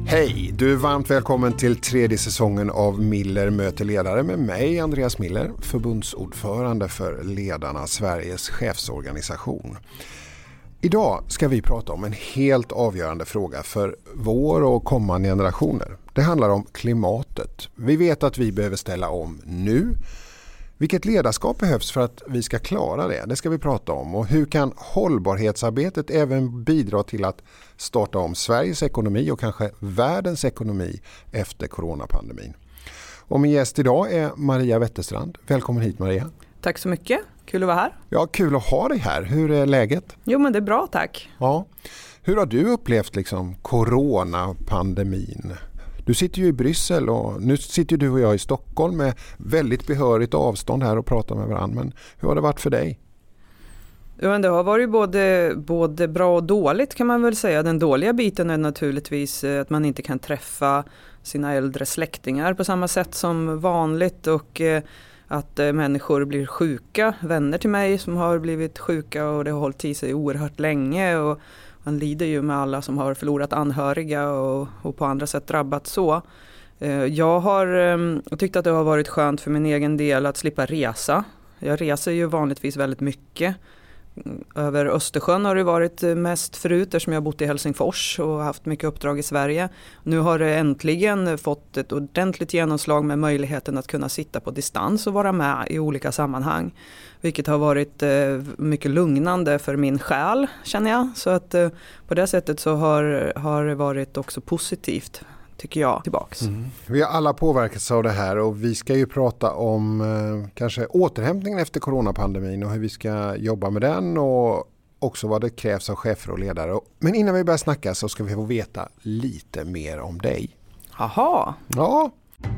Hej, du är varmt välkommen till tredje säsongen av Miller möter ledare med mig, Andreas Miller, förbundsordförande för Ledarna, Sveriges chefsorganisation. Idag ska vi prata om en helt avgörande fråga för vår och kommande generationer. Det handlar om klimatet. Vi vet att vi behöver ställa om nu. Vilket ledarskap behövs för att vi ska klara det? Det ska vi prata om. Och hur kan hållbarhetsarbetet även bidra till att starta om Sveriges ekonomi och kanske världens ekonomi efter coronapandemin? Och min gäst idag är Maria Wetterstrand. Välkommen hit, Maria. Tack så mycket. Kul att vara här. Ja, kul att ha dig här. Hur är läget? Jo, men det är bra, tack. Ja. Hur har du upplevt coronapandemin? Du sitter ju i Bryssel och nu sitter du och jag i Stockholm med väldigt behörigt avstånd här och pratar med varandra. Men hur har det varit för dig? Ja, men det har varit både bra och dåligt kan man väl säga. Den dåliga biten är naturligtvis att man inte kan träffa sina äldre släktingar på samma sätt som vanligt och att människor blir sjuka. Vänner till mig som har blivit sjuka och det har hållit i sig oerhört länge och man lider ju med alla som har förlorat anhöriga och på andra sätt drabbat så. Jag har tyckt att det har varit skönt för min egen del att slippa resa. Jag reser ju vanligtvis väldigt mycket. Över Östersjön har det varit mest förut eftersom jag har bott i Helsingfors och haft mycket uppdrag i Sverige. Nu har det äntligen fått ett ordentligt genomslag med möjligheten att kunna sitta på distans och vara med i olika sammanhang. Vilket har varit mycket lugnande för min själ, känner jag. Så att på det sättet så har det varit också positivt, tycker jag, tillbaks. Vi har alla påverkats av det här och vi ska ju prata om kanske återhämtningen efter coronapandemin och hur vi ska jobba med den och också vad det krävs av chefer och ledare. Men innan vi börjar snacka så ska vi få veta lite mer om dig. Aha. Ja.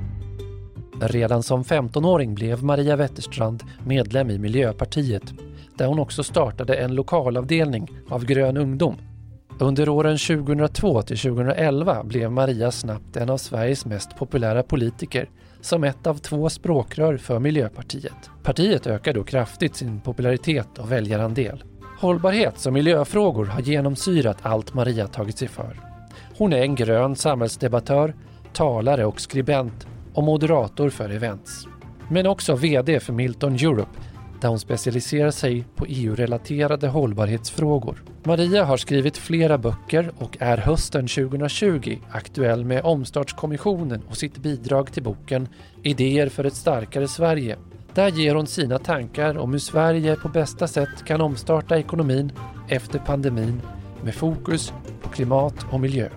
Redan som 15-åring blev Maria Wetterstrand medlem i Miljöpartiet, där hon också startade en lokalavdelning av Grön ungdom. Under åren 2002 till 2011 blev Maria snabbt en av Sveriges mest populära politiker som ett av 2 språkrör för Miljöpartiet. Partiet ökar då kraftigt sin popularitet och väljarandel. Hållbarhets- och miljöfrågor har genomsyrat allt Maria tagit sig för. Hon är en grön samhällsdebattör, talare och skribent och moderator för events. Men också vd för Milton Europe, där hon specialiserar sig på EU-relaterade hållbarhetsfrågor. Maria har skrivit flera böcker och är hösten 2020 aktuell med Omstartskommissionen och sitt bidrag till boken Idéer för ett starkare Sverige. Där ger hon sina tankar om hur Sverige på bästa sätt kan omstarta ekonomin efter pandemin med fokus på klimat och miljö.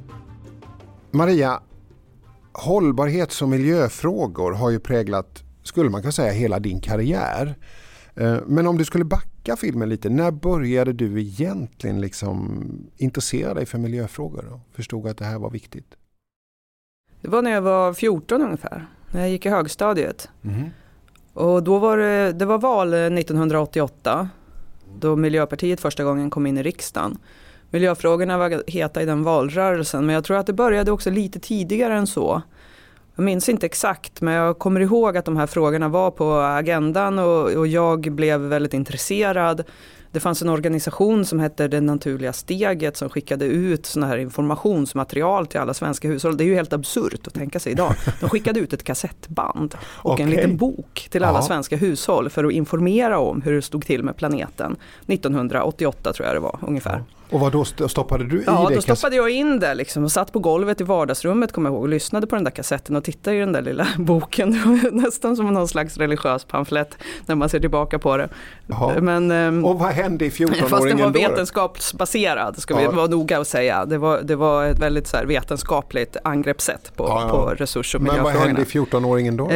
Maria, hållbarhets- och miljöfrågor har ju präglat, skulle man kunna säga, hela din karriär. Men om du skulle backa filmen lite, när började du egentligen intressera dig för miljöfrågor och förstod att det här var viktigt? Det var när jag var 14 ungefär, när jag gick i högstadiet. Och då var det var val 1988, då Miljöpartiet första gången kom in i riksdagen. Miljöfrågorna var heta i den valrörelsen, men jag tror att det började också lite tidigare än så. Jag minns inte exakt, men jag kommer ihåg att de här frågorna var på agendan och jag blev väldigt intresserad. Det fanns en organisation som hette Det naturliga steget som skickade ut såna här informationsmaterial till alla svenska hushåll. Det är ju helt absurt att tänka sig idag. De skickade ut ett kassettband och en liten bok till alla svenska hushåll för att informera om hur det stod till med planeten. 1988 tror jag det var ungefär. Och vad då stoppade du i det? Ja, då stoppade jag in det och satt på golvet i vardagsrummet, kommer jag ihåg, och lyssnade på den där kassetten och tittade i den där lilla boken. Nästan som någon slags religiös pamflett när man ser tillbaka på det. Men, och vad hände i 14-åringen då? Fast den var vetenskapsbaserad, ska vi vara noga att säga. Det var ett väldigt så här vetenskapligt angreppssätt på resurs- och miljöfrågorna. Men vad hände i 14-åringen då?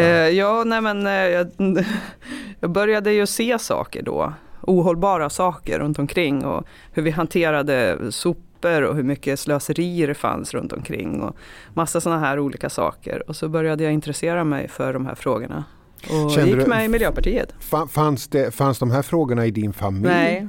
Jag började ju se saker då. Ohållbara saker runt omkring och hur vi hanterade sopor och hur mycket slöseri det fanns runt omkring och massa såna här olika saker. Och så började jag intressera mig för de här frågorna och gick med i Miljöpartiet. Fanns de här frågorna i din familj? Nej.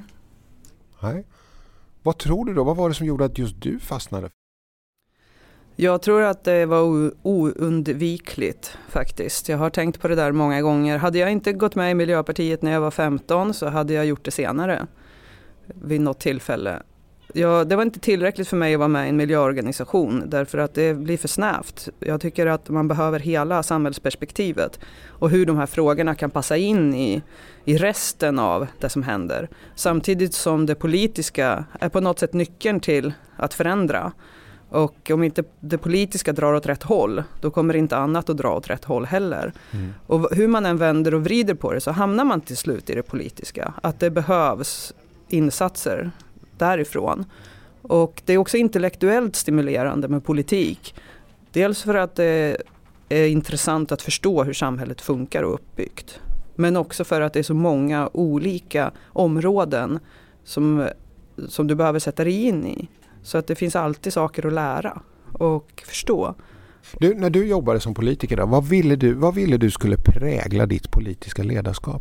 Vad tror du då? Vad var det som gjorde att just du fastnade? Jag tror att det var oundvikligt faktiskt. Jag har tänkt på det där många gånger. Hade jag inte gått med i Miljöpartiet när jag var 15 så hade jag gjort det senare vid något tillfälle. det var inte tillräckligt för mig att vara med i en miljöorganisation därför att det blir för snävt. Jag tycker att man behöver hela samhällsperspektivet och hur de här frågorna kan passa in i resten av det som händer. Samtidigt som det politiska är på något sätt nyckeln till att förändra. Och om inte det politiska drar åt rätt håll, då kommer inte annat att dra åt rätt håll heller. Och hur man än vänder och vrider på det så hamnar man till slut i det politiska. Att det behövs insatser därifrån. Och det är också intellektuellt stimulerande med politik. Dels för att det är intressant att förstå hur samhället funkar och uppbyggt. Men också för att det är så många olika områden som du behöver sätta dig in i. Så att det finns alltid saker att lära och förstå. När du jobbade som politiker, vad ville du skulle prägla ditt politiska ledarskap?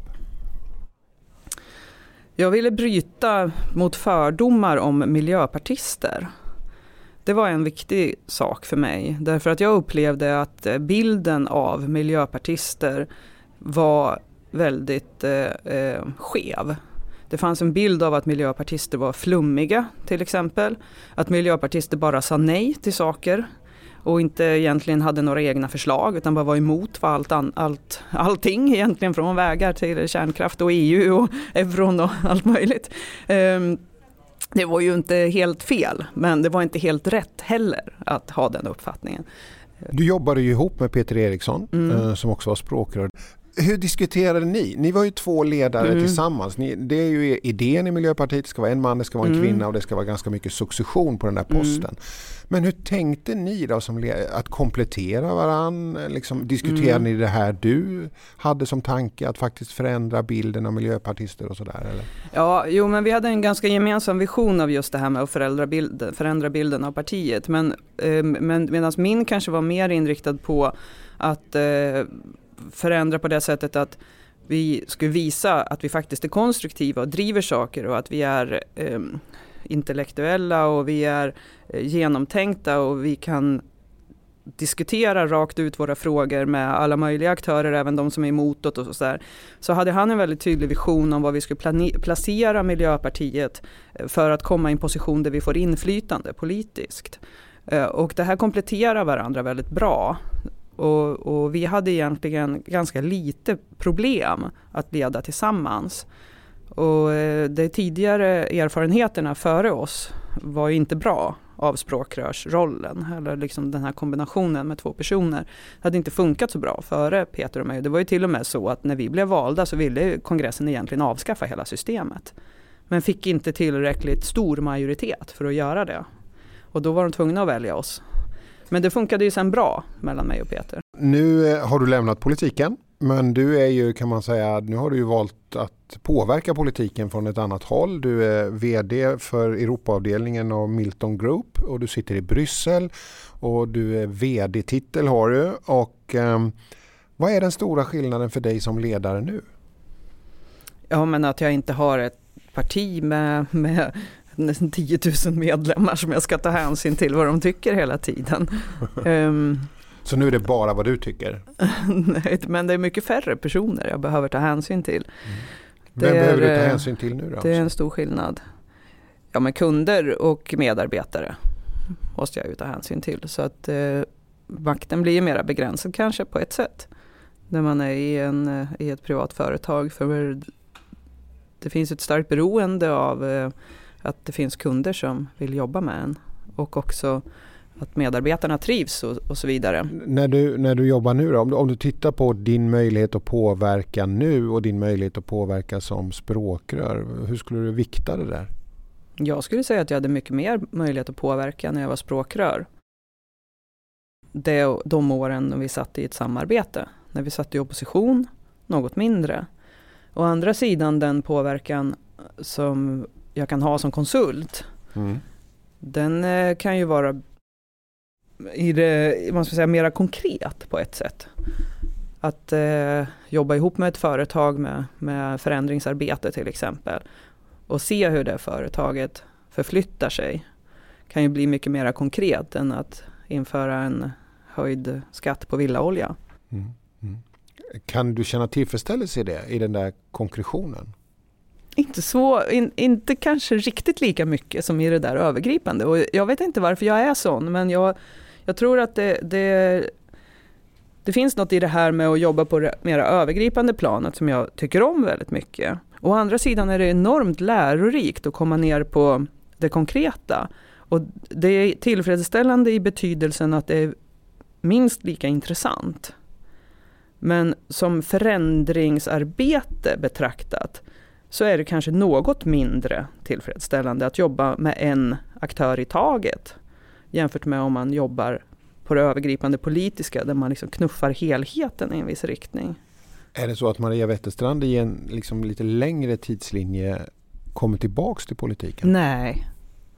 Jag ville bryta mot fördomar om miljöpartister. Det var en viktig sak för mig. Därför att jag upplevde att bilden av miljöpartister var väldigt skev. Det fanns en bild av att miljöpartister var flummiga till exempel. Att miljöpartister bara sa nej till saker och inte egentligen hade några egna förslag utan bara var emot för allting egentligen från vägar till kärnkraft och EU och euron och allt möjligt. Det var ju inte helt fel, men det var inte helt rätt heller att ha den uppfattningen. Du jobbade ju ihop med Peter Eriksson som också var språkrör. Hur diskuterade ni? Ni var ju 2 ledare tillsammans. Det är ju idén i Miljöpartiet. Det ska vara en man, det ska vara en kvinna och det ska vara ganska mycket succession på den här posten. Men hur tänkte ni då att komplettera varann? Liksom, diskuterade ni det här du hade som tanke att faktiskt förändra bilden av miljöpartister och sådär? Eller? Ja, men vi hade en ganska gemensam vision av just det här med att förändra bilden av partiet. Men medan min kanske var mer inriktad på att förändra på det sättet att vi skulle visa att vi faktiskt är konstruktiva och driver saker och att vi är intellektuella och vi är genomtänkta och vi kan diskutera rakt ut våra frågor med alla möjliga aktörer, även de som är emot det och så där. Så hade han en väldigt tydlig vision om vad vi skulle placera Miljöpartiet för att komma i en position där vi får inflytande politiskt. Och det här kompletterar varandra väldigt bra. Och vi hade egentligen ganska lite problem att leda tillsammans. Och de tidigare erfarenheterna före oss var ju inte bra av språkrörsrollen. Eller liksom den här kombinationen med 2 personer. Det hade inte funkat så bra före Peter och mig. Det var ju till och med så att när vi blev valda så ville kongressen egentligen avskaffa hela systemet. Men fick inte tillräckligt stor majoritet för att göra det. Och då var de tvungna att välja oss. Men det funkade ju sen bra mellan mig och Peter. Nu har du lämnat politiken, men du är ju, kan man säga, nu har du ju valt att påverka politiken från ett annat håll. Du är vd för Europaavdelningen av Milton Group och du sitter i Bryssel och du är vd-titel har du. Och vad är den stora skillnaden för dig som ledare nu? Ja, men att jag inte har ett parti med nästan 10 000 medlemmar som jag ska ta hänsyn till vad de tycker hela tiden. Så nu är det bara vad du tycker? Nej, men det är mycket färre personer jag behöver ta hänsyn till. Vem behöver du ta hänsyn till nu då? Det är en stor skillnad. Ja, men kunder och medarbetare måste jag ju ta hänsyn till. Så att makten blir mer begränsad kanske på ett sätt. När man är i ett privat företag. För det finns ett starkt beroende av att det finns kunder som vill jobba med en. Och också att medarbetarna trivs och så vidare. När du jobbar nu då, om du tittar på din möjlighet att påverka nu och din möjlighet att påverka som språkrör, hur skulle du vikta det där? Jag skulle säga att jag hade mycket mer möjlighet att påverka när jag var språkrör. De åren när vi satt i ett samarbete. När vi satt i opposition, något mindre. Å andra sidan den påverkan som jag kan ha som konsult, den kan ju vara man ska säga mera konkret på ett sätt. Att jobba ihop med ett företag med förändringsarbete till exempel och se hur det företaget förflyttar sig kan ju bli mycket mer konkret än att införa en höjd skatt på villaolja. Kan du känna tillfredsställelse i det, i den där konkretionen? Inte kanske riktigt lika mycket som i det där övergripande. Och jag vet inte varför jag är sån, men jag tror att det finns något i det här med att jobba på det mera övergripande planet som jag tycker om väldigt mycket. Å andra sidan är det enormt lärorikt att komma ner på det konkreta. Och det är tillfredsställande i betydelsen att det är minst lika intressant. Men som förändringsarbete betraktat så är det kanske något mindre tillfredsställande att jobba med en aktör i taget jämfört med om man jobbar på det övergripande politiska där man liksom knuffar helheten i en viss riktning. Är det så att Maria Wetterstrand i en liksom lite längre tidslinje kommer tillbaks till politiken? Nej.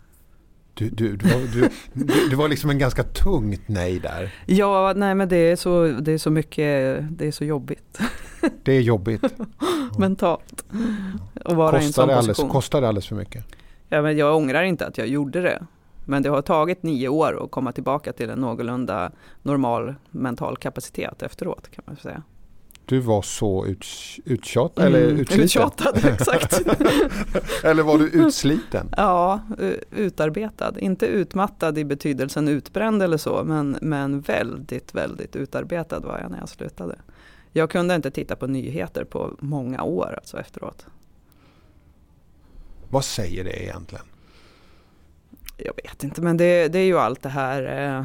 Du var liksom en ganska tungt nej där. Ja, nej, men det är så mycket, det är så jobbigt. Det är jobbigt. Mentalt. Att vara i en sån position. Kostar det alldeles för mycket? Ja, men jag ångrar inte att jag gjorde det. Men det har tagit 9 år att komma tillbaka till en någorlunda normal mental kapacitet efteråt, kan man säga. Du var så uttjatad eller utsliten? Uttjatad, exakt. Eller var du utsliten? Ja, utarbetad. Inte utmattad i betydelsen utbränd eller så, men väldigt, väldigt utarbetad var jag när jag slutade. Jag kunde inte titta på nyheter på många år alltså efteråt. Vad säger det egentligen? Jag vet inte, men det är ju allt det här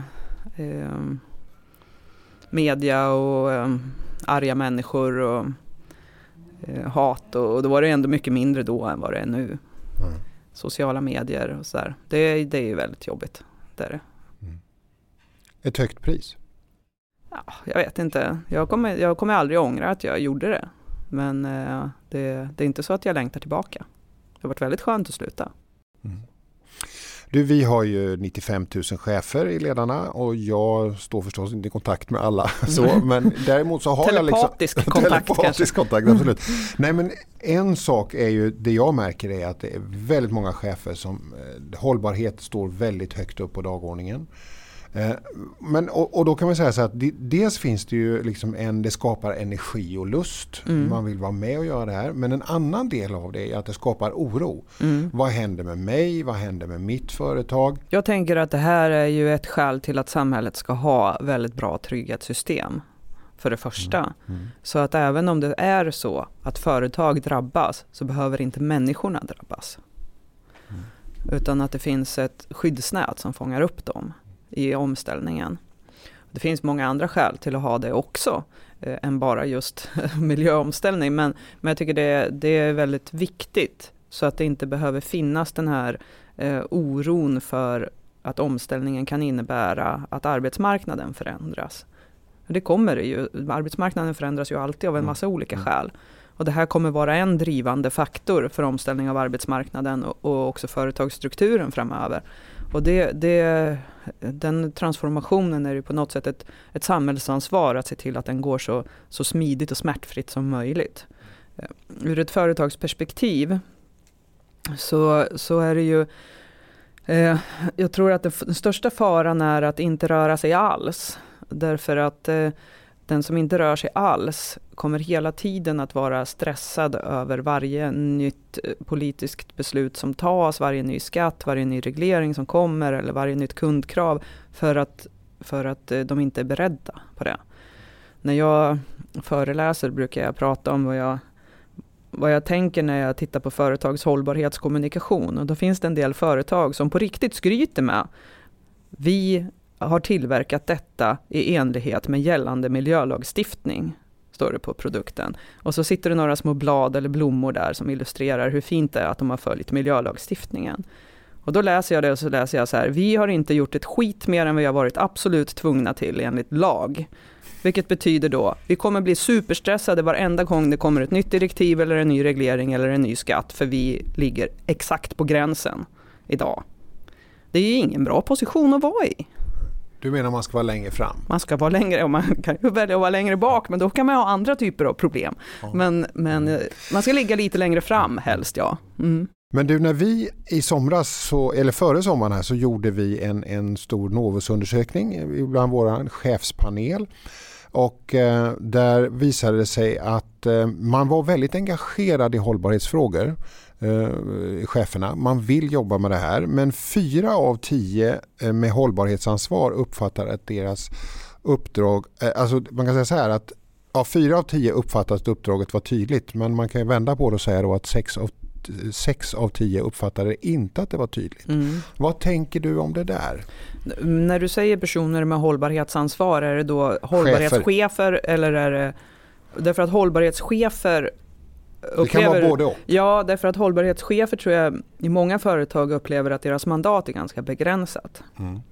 media och arga människor och hat och då var det ändå mycket mindre då än vad det är nu. Mm. Sociala medier och sådär. Det är ju väldigt jobbigt. Det är det. Mm. Ett högt pris? Ja, jag vet inte. Jag kommer aldrig ångra att jag gjorde det. Men det är inte så att jag längtar tillbaka. Det har varit väldigt skönt att sluta. Mm. Du, vi har ju 95 000 chefer i Ledarna och jag står förstås inte i kontakt med alla. Så, men däremot så har telepatisk kontakt, absolut. Nej, men en sak är ju, det jag märker är att det är väldigt många chefer som hållbarhet står väldigt högt upp på dagordningen. Men, och då kan man säga så att dels finns det ju liksom det skapar energi och lust. Man vill vara med och göra det här. Men en annan del av det är att det skapar oro. Vad händer med mig? Vad händer med mitt företag? Jag tänker att det här är ju ett skäl till att samhället ska ha väldigt bra trygghetssystem. För det första. Så att även om det är så att företag drabbas så behöver inte människorna drabbas. Utan att det finns ett skyddsnät som fångar upp dem i omställningen. Det finns många andra skäl till att ha det också än bara just miljöomställning. Men jag tycker det är väldigt viktigt så att det inte behöver finnas den här oron för att omställningen kan innebära att arbetsmarknaden förändras. Det kommer det ju. Arbetsmarknaden förändras ju alltid av en massa olika skäl. Och det här kommer vara en drivande faktor för omställning av arbetsmarknaden och också företagsstrukturen framöver. Och den transformationen är ju på något sätt ett samhällsansvar att se till att den går så smidigt och smärtfritt som möjligt. Ur ett företagsperspektiv så är det ju, jag tror att den största faran är att inte röra sig alls. Därför att den som inte rör sig alls kommer hela tiden att vara stressad över varje nytt politiskt beslut som tas, varje ny skatt, varje ny reglering som kommer eller varje nytt kundkrav för att de inte är beredda på det. När jag föreläser brukar jag prata om vad jag tänker när jag tittar på företags hållbarhetskommunikation. Och då finns det en del företag som på riktigt skryter med vi har tillverkat detta i enlighet med gällande miljölagstiftning, står det på produkten. Och så sitter det några små blad eller blommor där som illustrerar hur fint det är att de har följt miljölagstiftningen. Och då läser jag det och så läser jag så här: vi har inte gjort ett skit mer än vi har varit absolut tvungna till enligt lag. Vilket betyder då, vi kommer bli superstressade varenda gång det kommer ett nytt direktiv eller en ny reglering eller en ny skatt, för vi ligger exakt på gränsen idag. Det är ju ingen bra position att vara i. Du menar man ska vara längre fram? Man ska vara längre, och man kan ju välja att vara längre bak, men då kan man ha andra typer av problem. Ja. Men man ska ligga lite längre fram helst, ja. Mm. Men du, när vi i somras, eller före sommaren här, så gjorde vi en stor Novusundersökning bland vår chefspanel. Och där visade det sig att man var väldigt engagerad i hållbarhetsfrågor, cheferna. Man vill jobba med det här, men 4 av 10 med hållbarhetsansvar uppfattar att deras uppdrag, alltså man kan säga så här att 4 av 10 uppfattar att uppdraget var tydligt, men man kan ju vända på det och säga då att 6 av 10 uppfattade inte att det var tydligt. Vad tänker du om det där? När du säger personer med hållbarhetsansvar, är det då hållbarhetschefer eller är det därför att hållbarhetschefer upplever, det kan vara både och. Ja, därför att hållbarhetschefer tror jag i många företag upplever att deras mandat är ganska begränsat.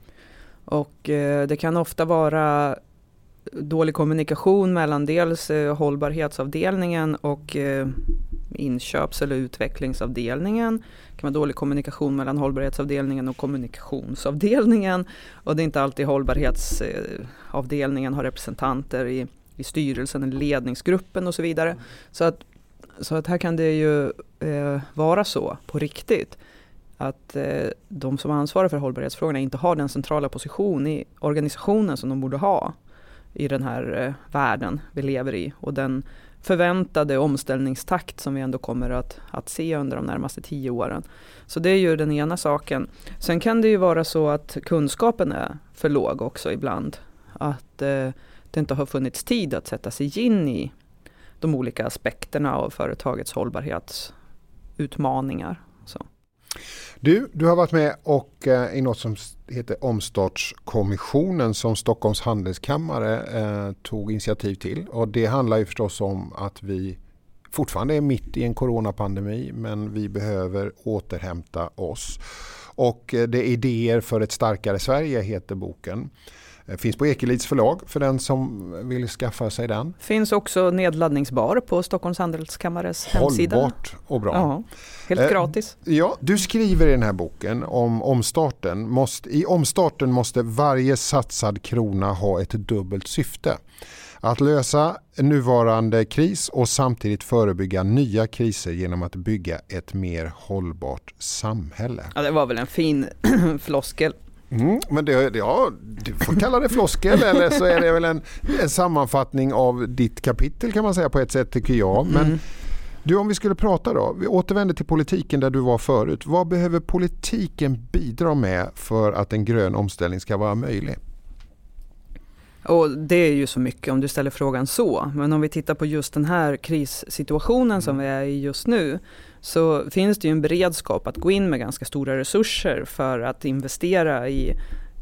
Och det kan ofta vara dålig kommunikation mellan dels hållbarhetsavdelningen och inköps- eller utvecklingsavdelningen. Det kan vara dålig kommunikation mellan hållbarhetsavdelningen och kommunikationsavdelningen. Och det är inte alltid hållbarhetsavdelningen har representanter i styrelsen eller ledningsgruppen och så vidare. Så att här kan det ju vara så på riktigt att de som ansvarar för hållbarhetsfrågorna inte har den centrala position i organisationen som de borde ha i den här världen vi lever i och den förväntade omställningstakt som vi ändå kommer att se under de närmaste 10 åren. Så det är ju den ena saken. Sen kan det ju vara så att kunskapen är för låg också ibland. Att det inte har funnits tid att sätta sig in i de olika aspekterna av företagets hållbarhetsutmaningar. Så. Du har varit med och i något som heter Omstartskommissionen som Stockholms handelskammare tog initiativ till. Och det handlar ju förstås om att vi fortfarande är mitt i en coronapandemi, men vi behöver återhämta oss. Och det är idéer för ett starkare Sverige heter boken. Finns på Ekelids förlag för den som vill skaffa sig den. Finns också nedladdningsbar på Stockholms handelskammares hemsida. Hållbart och bra. Ja, helt gratis. Ja, du skriver i den här boken om omstarten. I omstarten måste varje satsad krona ha ett dubbelt syfte. Att lösa nuvarande kris och samtidigt förebygga nya kriser genom att bygga ett mer hållbart samhälle. Ja, det var väl en fin floskel. Men du får kalla det floskel eller så är det väl en sammanfattning av ditt kapitel kan man säga på ett sätt tycker jag. Men du, om vi skulle prata då, vi återvänder till politiken där du var förut. Vad behöver politiken bidra med för att en grön omställning ska vara möjlig? Och det är ju så mycket om du ställer frågan så. Men om vi tittar på just den här krissituationen som vi är i just nu så finns det ju en beredskap att gå in med ganska stora resurser för att investera i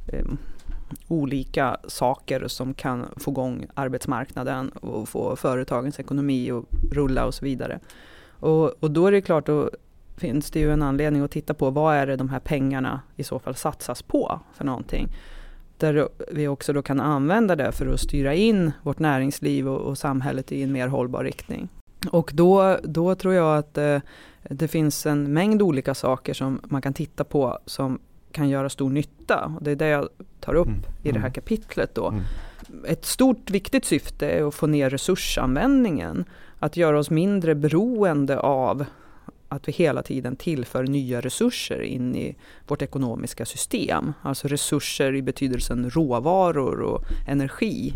olika saker som kan få igång arbetsmarknaden och få företagens ekonomi att rulla och så vidare. Och då är det klart, då finns det ju en anledning att titta på vad är det de här pengarna i så fall satsas på för någonting. Där vi också då kan använda det för att styra in vårt näringsliv och samhället i en mer hållbar riktning. Och då tror jag att det finns en mängd olika saker som man kan titta på som kan göra stor nytta. Och det är det jag tar upp i det här kapitlet då. Ett stort viktigt syfte är att få ner resursanvändningen. Att göra oss mindre beroende av att vi hela tiden tillför nya resurser in i vårt ekonomiska system. Alltså resurser i betydelsen råvaror och energi.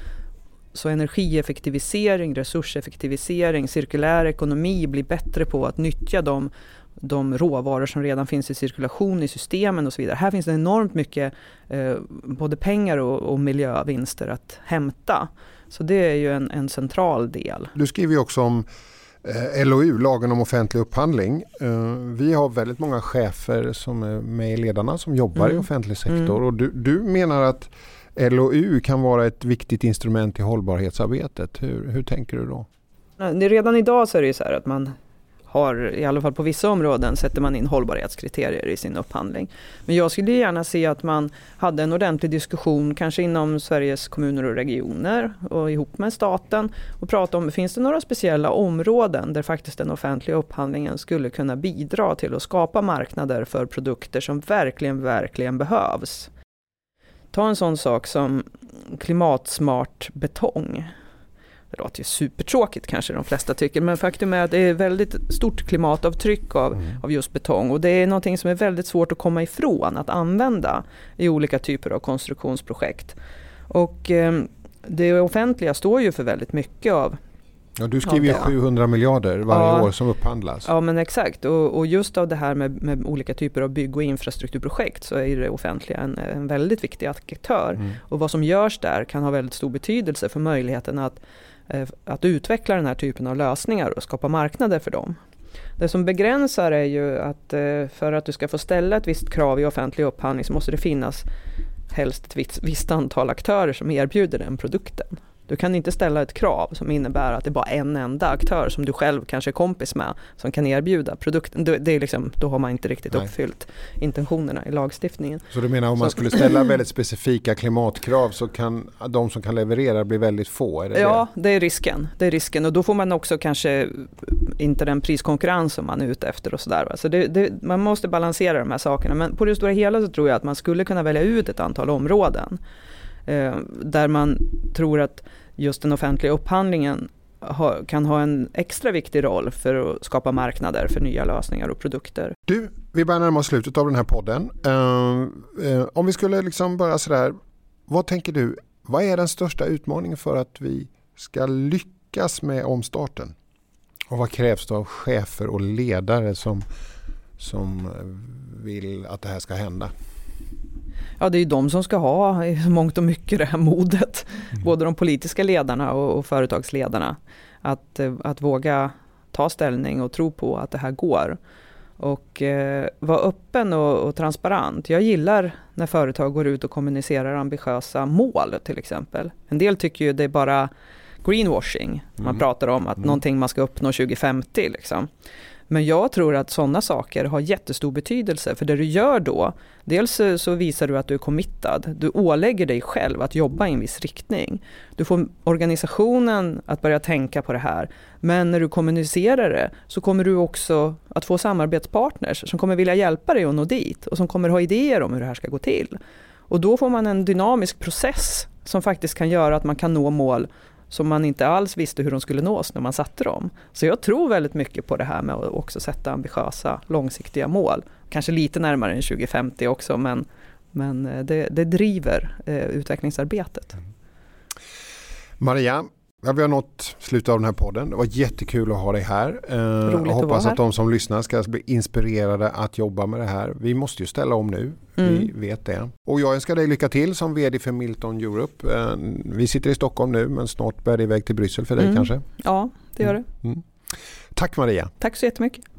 Så energieffektivisering, resurseffektivisering, cirkulär ekonomi blir bättre på att nyttja de råvaror som redan finns i cirkulation i systemen och så vidare. Här finns det enormt mycket både pengar och miljövinster att hämta. Så det är ju en central del. Du skriver ju också om LOU, lagen om offentlig upphandling. Vi har väldigt många chefer som är med i ledarna som jobbar i offentlig sektor. Och du menar att LOU kan vara ett viktigt instrument i hållbarhetsarbetet. Hur tänker du då? Redan idag så är det ju så här att man har, i alla fall på vissa områden, sätter man in hållbarhetskriterier i sin upphandling. Men jag skulle gärna se att man hade en ordentlig diskussion, kanske inom Sveriges kommuner och regioner och ihop med staten, och prata om, finns det några speciella områden där faktiskt den offentliga upphandlingen skulle kunna bidra till att skapa marknader för produkter som verkligen behövs. Ta en sån sak som klimatsmart betong. Det låter ju supertråkigt kanske de flesta tycker, men faktum är att det är väldigt stort klimatavtryck av just betong, och det är någonting som är väldigt svårt att komma ifrån att använda i olika typer av konstruktionsprojekt. Och det offentliga står ju för väldigt mycket av. Ja, du skriver ju 700 miljarder varje år som upphandlas. Ja, men exakt. Och just av det här med olika typer av bygg- och infrastrukturprojekt så är det offentliga en väldigt viktig aktör. Och vad som görs där kan ha väldigt stor betydelse för möjligheten att utveckla den här typen av lösningar och skapa marknader för dem. Det som begränsar är ju att för att du ska få ställa ett visst krav i offentlig upphandling så måste det finnas helst ett visst antal aktörer som erbjuder den produkten. Du kan inte ställa ett krav som innebär att det är bara en enda aktör som du själv kanske är kompis med som kan erbjuda produkten. Det är liksom, då har man inte riktigt uppfyllt intentionerna i lagstiftningen. Så du menar om man skulle ställa väldigt specifika klimatkrav så kan de som kan leverera bli väldigt få? Är det ja, det är risken. Det är risken och då får man också kanske inte den priskonkurrens som man är ute efter och sådär. Så man måste balansera de här sakerna. Men på det stora hela så tror jag att man skulle kunna välja ut ett antal områden där man tror att just den offentliga upphandlingen kan ha en extra viktig roll för att skapa marknader för nya lösningar och produkter. Du, vi börjar närma oss slutet av den här podden. Om vi skulle liksom börja sådär, vad tänker du, vad är den största utmaningen för att vi ska lyckas med omstarten? Och vad krävs det av chefer och ledare som vill att det här ska hända? Ja, det är ju de som ska ha i mångt och mycket det här modet. Både de politiska ledarna och företagsledarna. Att våga ta ställning och tro på att det här går. Och vara öppen och transparent. Jag gillar när företag går ut och kommunicerar ambitiösa mål till exempel. En del tycker ju det är bara greenwashing. Man pratar om att någonting man ska uppnå 2050 liksom. Men jag tror att sådana saker har jättestor betydelse för det du gör då, dels så visar du att du är committad, du ålägger dig själv att jobba i en viss riktning. Du får organisationen att börja tänka på det här, men när du kommunicerar det så kommer du också att få samarbetspartners som kommer vilja hjälpa dig att nå dit och som kommer ha idéer om hur det här ska gå till. Och då får man en dynamisk process som faktiskt kan göra att man kan nå mål som man inte alls visste hur de skulle nås när man satte dem. Så jag tror väldigt mycket på det här med att också sätta ambitiösa, långsiktiga mål. Kanske lite närmare än 2050 också, men det driver utvecklingsarbetet. Maria, vi har nått slutet av den här podden. Det var jättekul att ha dig här. Jag hoppas att de som lyssnar ska bli inspirerade att jobba med det här. Vi måste ju ställa om nu. Vi vet det. Och jag önskar dig lycka till som vd för Milton Europe. Vi sitter i Stockholm nu, men snart bär det iväg till Bryssel för dig kanske. Ja, det gör det. Tack Maria. Tack så jättemycket.